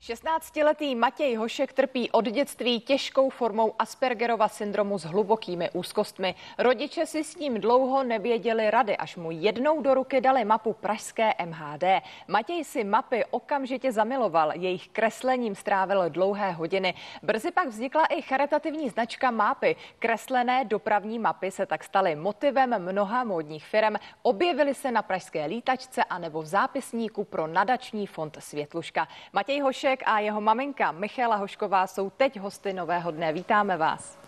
16letý Matěj Hošek trpí od dětství těžkou formou Aspergerova syndromu s hlubokými úzkostmi. Rodiče si s ním dlouho nevěděli rady, až mu jednou do ruky dali mapu pražské MHD. Matěj si mapy okamžitě zamiloval, jejich kreslením strávil dlouhé hodiny. Brzy pak vznikla i charitativní značka Mápy. Kreslené dopravní mapy se tak staly motivem mnoha módních firem. Objevily se na pražské lítačce anebo v zápisníku pro nadační fond Světluška. Matěj Hošek a jeho maminka Michaela Hošková jsou teď hosty Nového dne. Vítáme vás.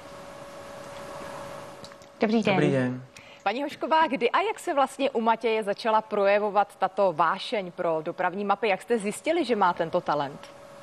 Dobrý den. Dobrý den. Paní Hošková, kdy a jak se vlastně u Matěje začala projevovat tato vášeň pro dopravní mapy? Jak jste zjistili, že má tento talent?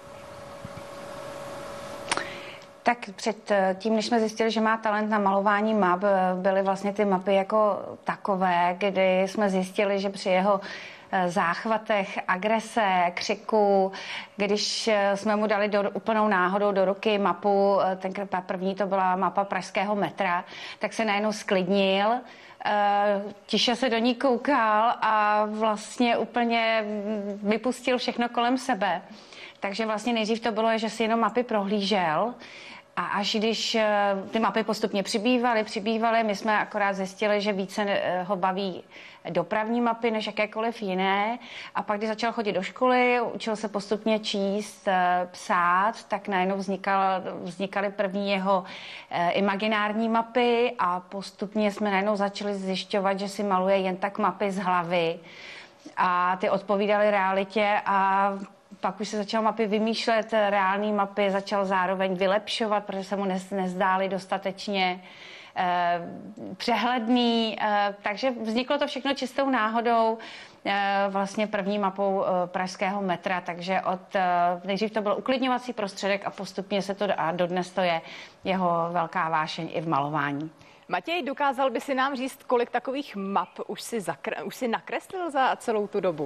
Tak před tím, než jsme zjistili, že má talent na malování map, byly vlastně ty mapy jako takové, kdy jsme zjistili, že při jeho záchvatech, agrese, křiku, když jsme mu dali úplnou náhodou do ruky mapu, první to byla mapa pražského metra, tak se najednou sklidnil, tiše se do ní koukal a vlastně úplně vypustil všechno kolem sebe. Takže vlastně nejdřív to bylo, že si jenom mapy prohlížel. A až když ty mapy postupně přibývaly, my jsme akorát zjistili, že více ho baví dopravní mapy než jakékoliv jiné. A pak, když začal chodit do školy, učil se postupně číst, psát, tak najednou vznikaly první jeho imaginární mapy a postupně jsme najednou začali zjišťovat, že si maluje jen tak mapy z hlavy. A ty odpovídaly realitě a pak už se začal mapy vymýšlet, reální mapy začal zároveň vylepšovat, protože se mu nezdály dostatečně přehledný. Takže vzniklo to všechno čistou náhodou, vlastně první mapou pražského metra, takže nejdřív to byl uklidňovací prostředek a postupně se to a dodnes to je jeho velká vášeň i v malování. Matěj, dokázal by si nám říct, kolik takových map už si nakreslil za celou tu dobu?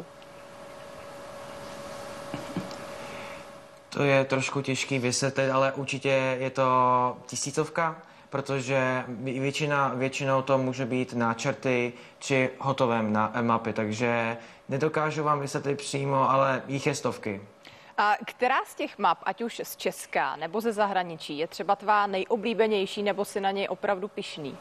To je trošku těžký vysvětlit, ale určitě je to tisícovka, protože většinou to může být náčrty či hotové mapy, takže nedokážu vám vysvětlit přímo, ale jich je stovky. A která z těch map, ať už z Česka nebo ze zahraničí, je třeba tvá nejoblíbenější nebo si na něj opravdu pyšný?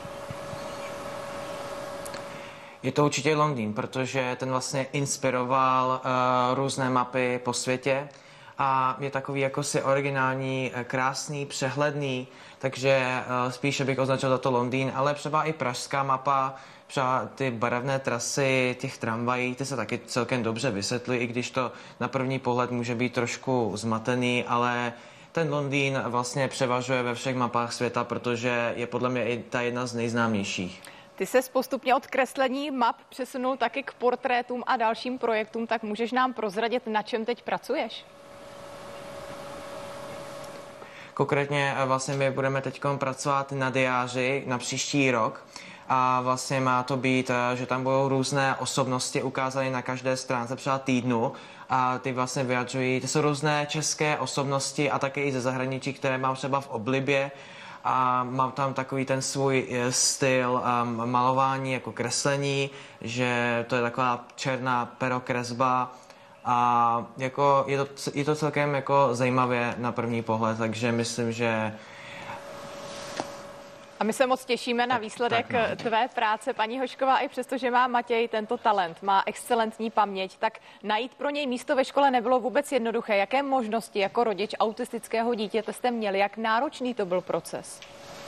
Je to určitě Londýn, protože ten vlastně inspiroval různé mapy po světě. A je takový jakosi originální, krásný, přehledný, takže spíše bych označil za to Londýn, ale třeba i pražská mapa, třeba ty barevné trasy těch tramvají, ty se taky celkem dobře vysvětlují, i když to na první pohled může být trošku zmatený, ale ten Londýn vlastně převažuje ve všech mapách světa, protože je podle mě i ta jedna z nejznámějších. Ty ses postupně od kreslení map přesunul taky k portrétům a dalším projektům, tak můžeš nám prozradit, na čem teď pracuješ? Konkrétně vlastně my budeme teď pracovat na diáři na příští rok a vlastně má to být, že tam budou různé osobnosti ukázány na každé stránce třeba týdnu a ty vlastně vyjadřují, ty jsou různé české osobnosti a také i ze zahraničí, které mám třeba v oblibě a mám tam takový ten svůj styl malování jako kreslení, že to je taková černá perokresba. A jako je to celkem jako zajímavě na první pohled, takže myslím, že... A my se moc těšíme na výsledek tvé práce, paní Hošková, i přesto, že má Matěj tento talent, má excelentní paměť, tak najít pro něj místo ve škole nebylo vůbec jednoduché. Jaké možnosti jako rodič autistického dítěte jste měli? Jak náročný to byl proces?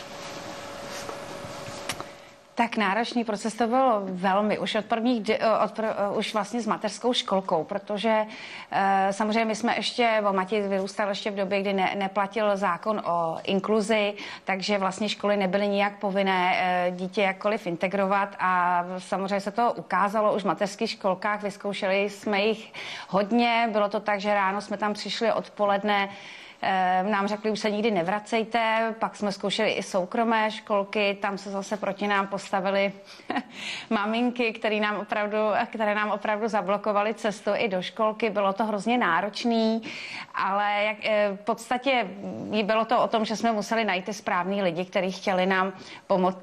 Tak náročný proces to byl velmi, už vlastně s mateřskou školkou, protože samozřejmě my jsme Matěj vyrůstal ještě v době, kdy neplatil zákon o inkluzi, takže vlastně školy nebyly nijak povinné dítě jakkoliv integrovat a samozřejmě se to ukázalo už v mateřských školkách, vyzkoušeli jsme jich hodně, bylo to tak, že ráno jsme tam přišli, odpoledne nám řekli, už se nikdy nevracejte, pak jsme zkoušeli i soukromé školky, tam se zase proti nám postavily maminky, které nám opravdu zablokovaly cestu i do školky, bylo to hrozně náročný, ale v podstatě bylo to o tom, že jsme museli najít ty správný lidi, kteří chtěli nám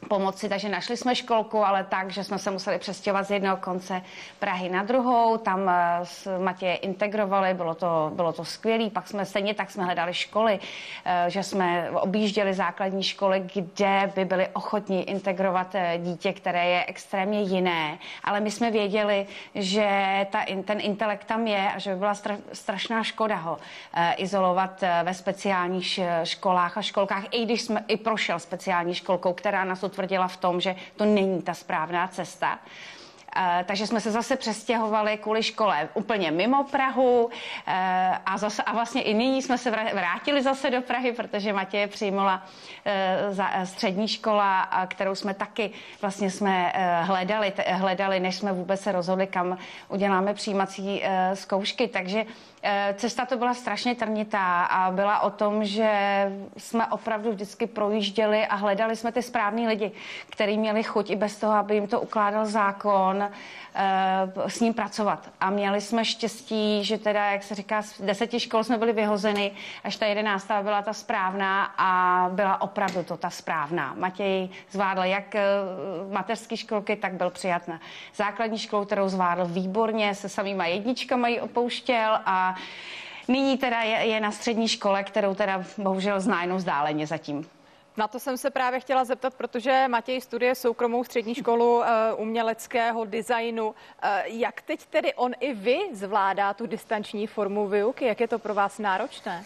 pomoci, takže našli jsme školku, ale tak, že jsme se museli přestěhovat z jednoho konce Prahy na druhou, tam s Matěje integrovali, bylo to skvělé, pak jsme stejně tak jsme hledali školy, že jsme objížděli základní školy, kde by byli ochotní integrovat dítě, které je extrémně jiné, ale my jsme věděli, že ten intelekt tam je a že by byla strašná škoda ho izolovat ve speciálních školách a školkách, i když jsme i prošel speciální školkou, která nás utvrdila v tom, že to není ta správná cesta. Takže jsme se zase přestěhovali kvůli škole úplně mimo Prahu a vlastně i nyní jsme se vrátili zase do Prahy, protože Matěje přijmula střední škola, kterou jsme taky vlastně jsme hledali, než jsme vůbec se rozhodli, kam uděláme přijímací zkoušky. Takže cesta to byla strašně trnitá a byla o tom, že jsme opravdu vždycky projížděli a hledali jsme ty správný lidi, kteří měli chuť i bez toho, aby jim to ukládal zákon, s ním pracovat. A měli jsme štěstí, že teda, jak se říká, z 10 škol jsme byli vyhozeny, až ta 11. byla ta správná a byla opravdu to ta správná. Matěj zvládl jak mateřské školky, tak byl přijat na základní školu, kterou zvládl výborně, se samýma jedničkama ji opouštěl a nyní teda je na střední škole, kterou teda bohužel zná jenom vzdáleně zatím. Na to jsem se právě chtěla zeptat, protože Matěj studuje soukromou střední školu uměleckého designu. Jak teď tedy on i vy zvládá tu distanční formu výuky? Jak je to pro vás náročné?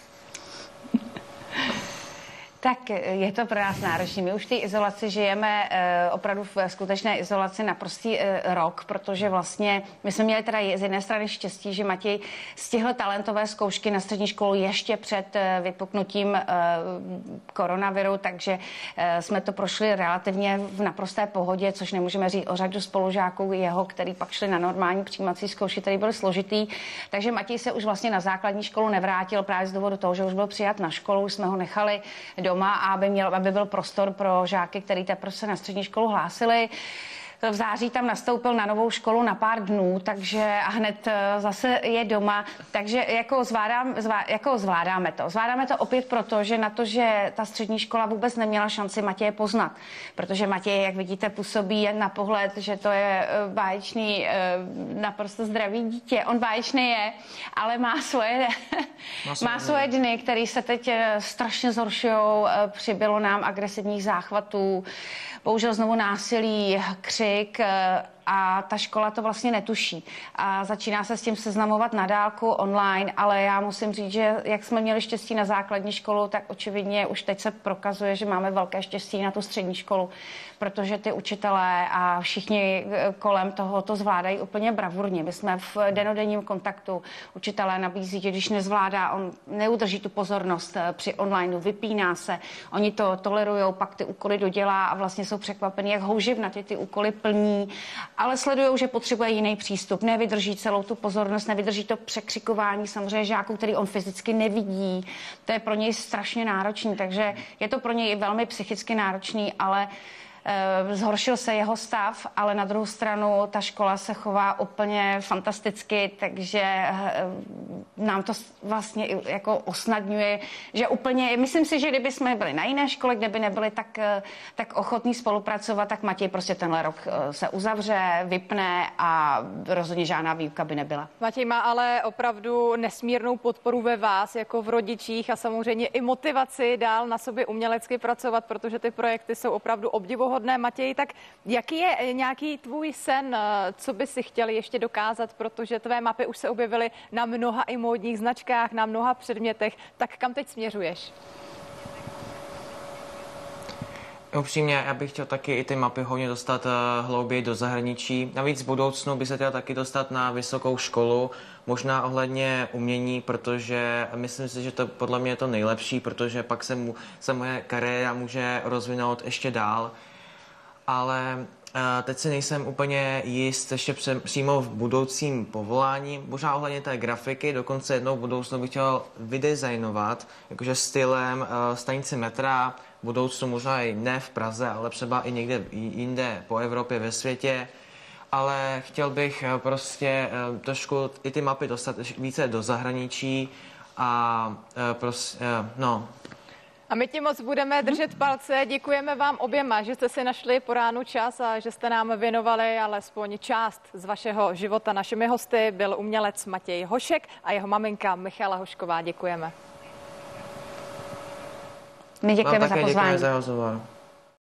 Tak je to pro nás náročné. My už v té izolaci žijeme opravdu v skutečné izolaci naprostý rok, protože vlastně my jsme měli teda z jedné strany štěstí, že Matěj stihl talentové zkoušky na střední školu ještě před vypuknutím koronaviru, takže jsme to prošli relativně v naprosté pohodě, což nemůžeme říct o řadu spolužáků jeho, který pak šli na normální přijímací zkoušky, který byl složitý. Takže Matěj se už vlastně na základní školu nevrátil právě z důvodu toho, že už byl přijat na školu, už jsme ho nechali doma, aby byl prostor pro žáky, který teprve se na střední školu hlásili. V září tam nastoupil na novou školu na pár dnů, takže a hned zase je doma. Takže zvládáme to. Zvládáme to opět proto, že na to, že ta střední škola vůbec neměla šanci Matěje poznat. Protože Matěj, jak vidíte, působí jen na pohled, že to je báječný, naprosto zdravý dítě. On báječný je, ale má svoje dny, které se teď strašně zhoršujou. Přibylo nám agresivních záchvatů, bohužel znovu násilí, křik a ta škola to vlastně netuší. A začíná se s tím seznamovat na dálku online, ale já musím říct, že jak jsme měli štěstí na základní školu, tak očividně už teď se prokazuje, že máme velké štěstí na tu střední školu, protože ty učitelé a všichni kolem toho to zvládají úplně bravurně. My jsme v dennodenním kontaktu. Učitelé nabízí, že když nezvládá, on neudrží tu pozornost při onlineu, vypíná se, oni to tolerujou, pak ty úkoly dodělá a vlastně jsou překvapení, jak houževnatě ty úkoly plní, ale sledujou, že potřebuje jiný přístup, nevydrží celou tu pozornost, nevydrží to překřikování samozřejmě žáků, který on fyzicky nevidí. To je pro něj strašně náročný, takže je to pro něj velmi psychicky náročný, ale zhoršil se jeho stav, ale na druhou stranu ta škola se chová úplně fantasticky, takže nám to vlastně jako usnadňuje, že úplně, myslím si, že kdyby jsme byli na jiné škole, kde by nebyli tak ochotní spolupracovat, tak Matěj prostě tenhle rok se uzavře, vypne a rozhodně žádná výuka by nebyla. Matěj má ale opravdu nesmírnou podporu ve vás, jako v rodičích a samozřejmě i motivaci dál na sobě umělecky pracovat, protože ty projekty jsou opravdu obdivuhodné. Matěj, tak jaký je nějaký tvůj sen, co by si chtěl ještě dokázat, protože tvé mapy už se objevily na mnoha i módních značkách, na mnoha předmětech, tak kam teď směřuješ? Upřímně, já bych chtěl taky i ty mapy hodně dostat hlouběji do zahraničí. Navíc v budoucnu by se chtěl taky dostat na vysokou školu, možná ohledně umění, protože myslím si, že to podle mě je to nejlepší, protože pak se moje kariéra může rozvinout ještě dál. Ale teď si nejsem úplně jist ještě přímo v budoucím povolání, možná ohledně té grafiky, dokonce jednou v budoucnu bych chtěl vydesignovat, jakože stylem stanici metra, v budoucnu možná i ne v Praze, ale třeba i někde jinde po Evropě, ve světě, ale chtěl bych prostě trošku i ty mapy dostat více do zahraničí a prostě, no. A my ti moc budeme držet palce. Děkujeme vám oběma, že jste si našli po ránu čas a že jste nám věnovali alespoň část z vašeho života. Našimi hosty byl umělec Matěj Hošek a jeho maminka Michala Hošková. Děkujeme. My děkujeme za pozvání. Děkujeme za rozhovor.